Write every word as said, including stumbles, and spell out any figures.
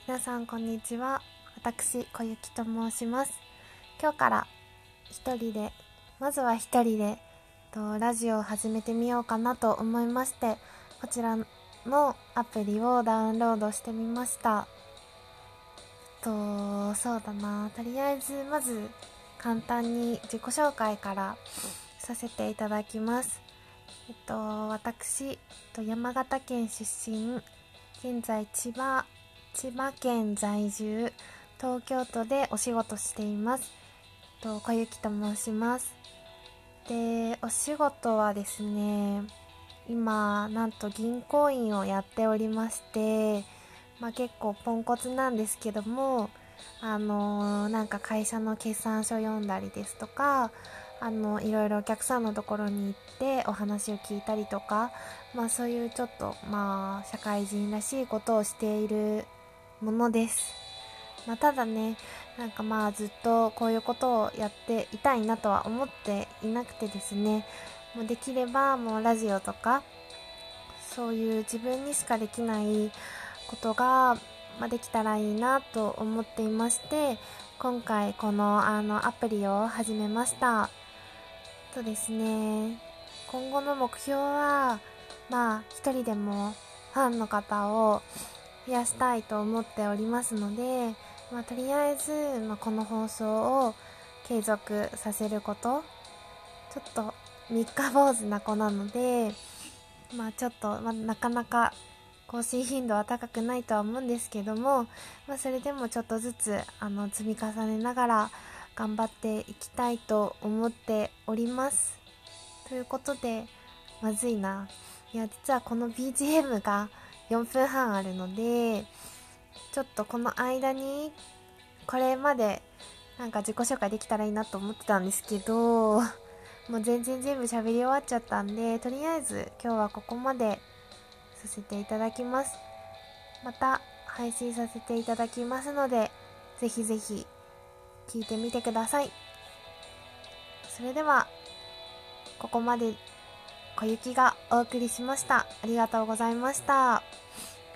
皆さんこんにちは。私小雪と申します。今日から一人でまずは一人でとラジオを始めてみようかなと思いまして、こちらのアプリをダウンロードしてみました。とそうだなとりあえずまず簡単に自己紹介からさせていただきます。えっと私と山形県出身、現在千葉千葉県在住、東京都でお仕事しています。と小雪と申します。で、お仕事はですね、今なんと銀行員をやっておりまして、まあ、結構ポンコツなんですけども、あのー、なんか会社の決算書読んだりですとか、あのいろいろお客さんのところに行ってお話を聞いたりとか、まあそういうちょっとまあ社会人らしいことをしているものです。まあ、ただね、なんかまあずっとこういうことをやっていたいなとは思っていなくてですね、もうできればもうラジオとかそういう自分にしかできないことが、まあ、できたらいいなと思っていまして、今回このあのアプリを始めました。とですね、今後の目標はまあ一人でもファンの方を増やしたいと思っておりますので、まあ、とりあえず、まあ、この放送を継続させること、ちょっと三日坊主な子なので、まあちょっと、まあ、なかなか更新頻度は高くないとは思うんですけども、まあ、それでもちょっとずつあの積み重ねながら頑張っていきたいと思っております。ということで、まずいな。いや、実はこの ビージーエム がよんぷんはんあるので、ちょっとこの間にこれまでなんか自己紹介できたらいいなと思ってたんですけど、もう全然全部喋り終わっちゃったんで、とりあえず今日はここまでさせていただきます。また配信させていただきますので、ぜひぜひ聞いてみてください。それではここまで小雪がお送りしました。ありがとうございました。